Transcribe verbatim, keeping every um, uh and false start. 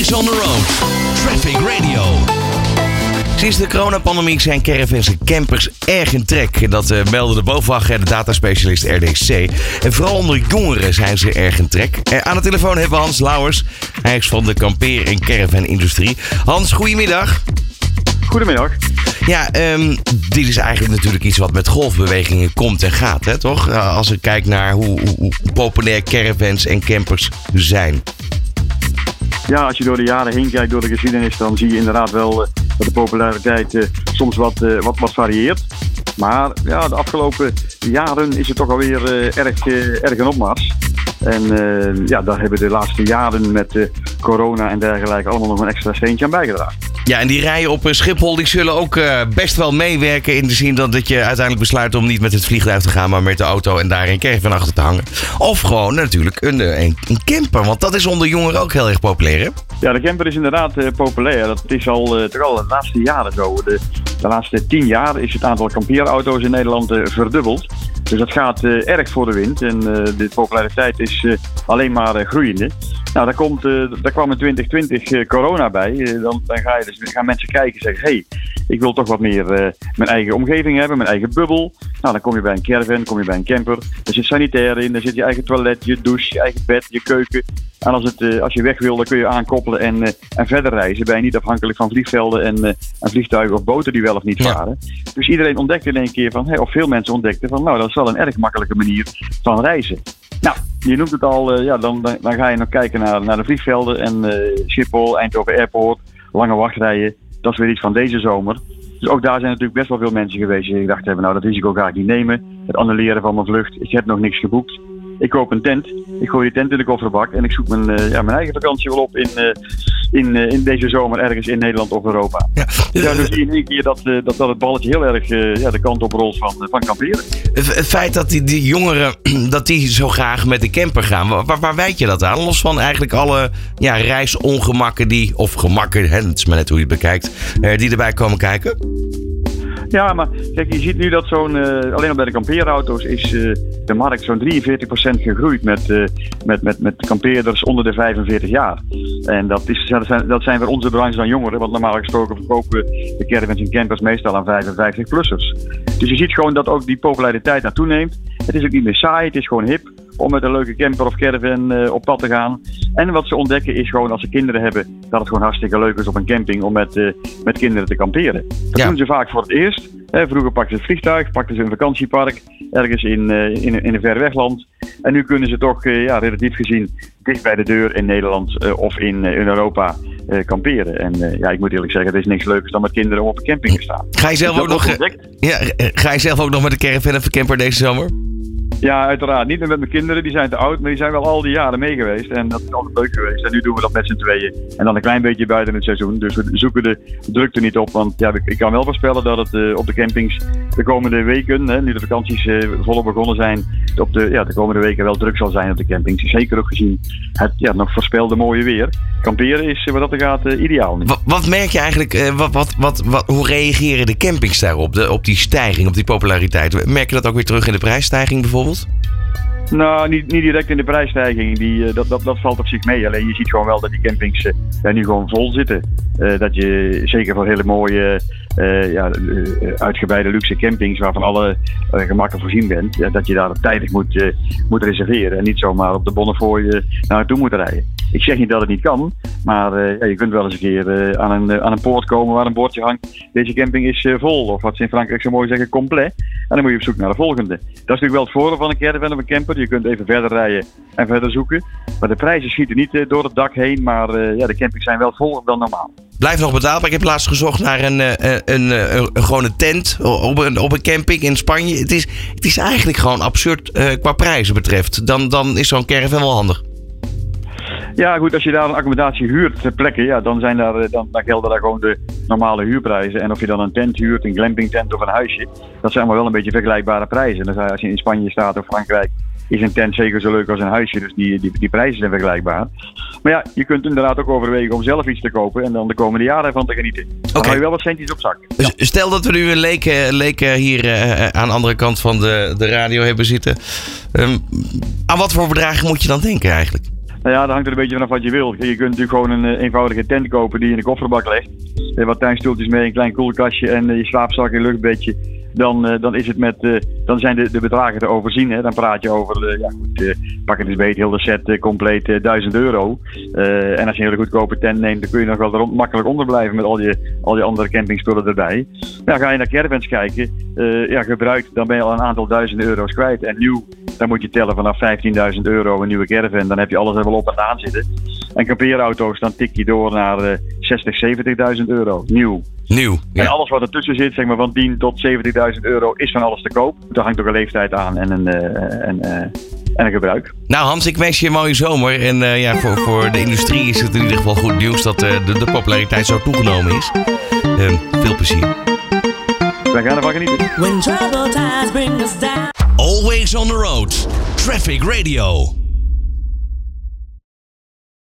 is on the road. Traffic Radio. Sinds de coronapandemie zijn caravans en campers erg in trek. En dat uh, meldde de BOVAG en de dataspecialist R D C. En vooral onder jongeren zijn ze erg in trek. Uh, aan de telefoon hebben we Hans Lauwers. Hij is van de kampeer- en caravan-industrie. Hans, goedemiddag. Goedemiddag. Ja, um, dit is eigenlijk natuurlijk iets wat met golfbewegingen komt en gaat, hè, toch? Uh, als ik kijk naar hoe, hoe, hoe populair caravans en campers zijn. Ja, als je door de jaren heen kijkt, door de geschiedenis, dan zie je inderdaad wel uh, dat de populariteit uh, soms wat, uh, wat, wat varieert. Maar ja, de afgelopen jaren is het toch alweer uh, erg, uh, erg een opmars. En uh, ja, daar hebben de laatste jaren met uh, corona en dergelijke allemaal nog een extra steentje aan bijgedragen. Ja, en die rijen op Schiphol die zullen ook uh, best wel meewerken in de zin dat, dat je uiteindelijk besluit om niet met het vliegtuig te gaan, maar met de auto en daar een caravan achter te hangen. Of gewoon natuurlijk een, een, een camper, want dat is onder jongeren ook heel erg populair, hè? Ja, de camper is inderdaad uh, populair. Dat is al, uh, toch al de laatste jaren zo. De, de laatste tien jaar is het aantal kampeerauto's in Nederland uh, verdubbeld. Dus dat gaat uh, erg voor de wind en uh, de populariteit is uh, alleen maar uh, groeiende. Nou, daar, komt, uh, daar kwam in twintig twintig uh, corona bij. Uh, dan, dan ga je dus, gaan mensen kijken en zeggen, hé, hey, ik wil toch wat meer uh, mijn eigen omgeving hebben, mijn eigen bubbel. Nou, dan kom je bij een caravan, kom je bij een camper. Er zit sanitair in, er zit je eigen toilet, je douche, je eigen bed, je keuken. En als, het, uh, als je weg wil, dan kun je aankoppelen en, uh, en verder reizen. Ben je niet afhankelijk van vliegvelden en, uh, en vliegtuigen of boten die wel of niet varen. Ja. Dus iedereen ontdekte in één keer van, hey, of veel mensen ontdekten van, nou, dat is wel een erg makkelijke manier van reizen. Nou, je noemt het al, uh, ja, dan, dan, dan ga je nog kijken naar, naar de vliegvelden en uh, Schiphol, Eindhoven Airport, lange wachtrijen. Dat is weer iets van deze zomer. Dus ook daar zijn natuurlijk best wel veel mensen geweest die gedacht hebben, nou, dat risico ga ik niet nemen. Het annuleren van mijn vlucht, ik heb nog niks geboekt. Ik koop een tent, ik gooi die tent in de kofferbak en ik zoek mijn, uh, ja, mijn eigen vakantie wel op in, uh, in, uh, in deze zomer ergens in Nederland of Europa. Ja, ja dus zie je in één keer dat, uh, dat, dat het balletje heel erg uh, ja, de kant op rolt van, uh, van kamperen. Het feit dat die, die jongeren dat die zo graag met de camper gaan, waar, waar wijd je dat aan? Los van eigenlijk alle ja, reisongemakken die, of gemakken, hè, het is maar net hoe je het bekijkt, uh, die erbij komen kijken? Ja, maar kijk, je ziet nu dat zo'n, uh, alleen al bij de kampeerauto's is uh, de markt zo'n drieënveertig procent gegroeid met, uh, met, met, met kampeerders onder de vijfenveertig jaar. En dat, is, dat, zijn, dat zijn weer onze branche dan jongeren, want normaal gesproken verkopen we de caravans en campers meestal aan vijfenvijftig-plussers. Dus je ziet gewoon dat ook die populariteit naar toeneemt. Het is ook niet meer saai, het is gewoon hip om met een leuke camper of caravan uh, op pad te gaan. En wat ze ontdekken is gewoon als ze kinderen hebben, dat het gewoon hartstikke leuk is op een camping om met, uh, met kinderen te kamperen. Dat ja. doen ze vaak voor het eerst. Hè, vroeger pakten ze het vliegtuig, pakten ze een vakantiepark, ergens in, uh, in, in een ver wegland. En nu kunnen ze toch uh, ja, relatief gezien dicht bij de deur in Nederland uh, of in, uh, in Europa uh, kamperen. En uh, ja, ik moet eerlijk zeggen, er is niks leukers dan met kinderen om op een camping te staan. Ga je zelf, ook nog, ja, ga je zelf ook nog met de caravan of de camper deze zomer? Ja, uiteraard. Niet meer met mijn kinderen, die zijn te oud, maar die zijn wel al die jaren mee geweest. En dat is altijd leuk geweest. En nu doen we dat met z'n tweeën. En dan een klein beetje buiten het seizoen. Dus we zoeken de drukte niet op. Want ja, ik kan wel voorspellen dat het uh, op de campings de komende weken, hè, nu de vakanties uh, volop begonnen zijn, op de, ja, de komende weken wel druk zal zijn op de campings. Zeker ook gezien het ja, nog voorspelde mooie weer. Kamperen is, wat dat er gaat, uh, ideaal. Wat, wat merk je eigenlijk, uh, wat, wat, wat, wat, hoe reageren de campings daarop, de, op die stijging, op die populariteit? Merk je dat ook weer terug in de prijsstijging bijvoorbeeld? Nou, niet, niet direct in de prijsstijging. Die, dat, dat, dat valt op zich mee. Alleen je ziet gewoon wel dat die campings uh, nu gewoon vol zitten. Uh, dat je zeker voor hele mooie, uh, ja, uh, uitgebreide luxe campings waarvan alle uh, gemakken voorzien bent, uh, dat je daar tijdig moet, uh, moet reserveren en niet zomaar op de Bonnefoy uh, naar naartoe moet rijden. Ik zeg niet dat het niet kan, maar uh, ja, je kunt wel eens een keer uh, aan, een, uh, aan een poort komen waar een bordje hangt. Deze camping is uh, vol, of wat ze in Frankrijk zo mooi zeggen, complet. En dan moet je op zoek naar de volgende. Dat is natuurlijk wel het voordeel van een caravan of een camper. Je kunt even verder rijden en verder zoeken. Maar de prijzen schieten niet uh, door het dak heen, maar uh, ja, de campings zijn wel voller dan normaal. Blijft nog betaalbaar. Ik heb laatst gezocht naar een, een, een, een, een gewone tent op een, op een camping in Spanje. Het is, het is eigenlijk gewoon absurd uh, qua prijzen betreft. Dan, dan is zo'n caravan wel handig. Ja, goed, als je daar een accommodatie huurt ter plekke, ja, dan, zijn daar, dan, dan gelden daar gewoon de normale huurprijzen. En of je dan een tent huurt, een glampingtent of een huisje, dat zijn allemaal wel een beetje vergelijkbare prijzen. Dus als je in Spanje staat of Frankrijk, is een tent zeker zo leuk als een huisje. Dus die, die, die prijzen zijn vergelijkbaar. Maar ja, je kunt inderdaad ook overwegen om zelf iets te kopen en dan de komende jaren ervan te genieten. Dan okay. Hou je wel wat centjes op zak. Ja. Stel dat we nu een leek, leek hier uh, aan de andere kant van de, de radio hebben zitten. Um, aan wat voor bedragen moet je dan denken eigenlijk? Nou ja, dat hangt er een beetje vanaf wat je wilt. Je kunt natuurlijk gewoon een uh, eenvoudige tent kopen die je in de kofferbak legt. Uh, wat tuinstoeltjes mee, een klein koelkastje en uh, je slaapzak en luchtbedje. Dan, uh, dan, is het met, uh, dan zijn de, de bedragen te overzien. Hè. Dan praat je over, uh, ja goed, uh, pak het eens beet, heel de set uh, compleet uh, duizend euro. Uh, en als je een hele goedkope tent neemt, dan kun je nog wel er makkelijk onder blijven met al je, al je andere campingspullen erbij. Ja, ga je naar caravans kijken, uh, ja, gebruikt, dan ben je al een aantal duizenden euro's kwijt. En nieuw, dan moet je tellen vanaf vijftienduizend euro een nieuwe caravan. Dan heb je alles er wel op en aan zitten. En kampeerauto's, dan tik je door naar uh, zestig, zeventigduizend euro. Nieuw. Nieuw, ja. En alles wat ertussen zit, zeg maar van tien tot zeventigduizend euro, is van alles te koop. Daar hangt ook een leeftijd aan en een, uh, en, uh, en een gebruik. Nou Hans, ik wens je een mooie zomer. En uh, ja, voor, voor de industrie is het in ieder geval goed nieuws dat uh, de, de populariteit zo toegenomen is. Uh, veel plezier. Wij gaan ervan genieten. When troubled times bring us down. Always on the road. Traffic Radio.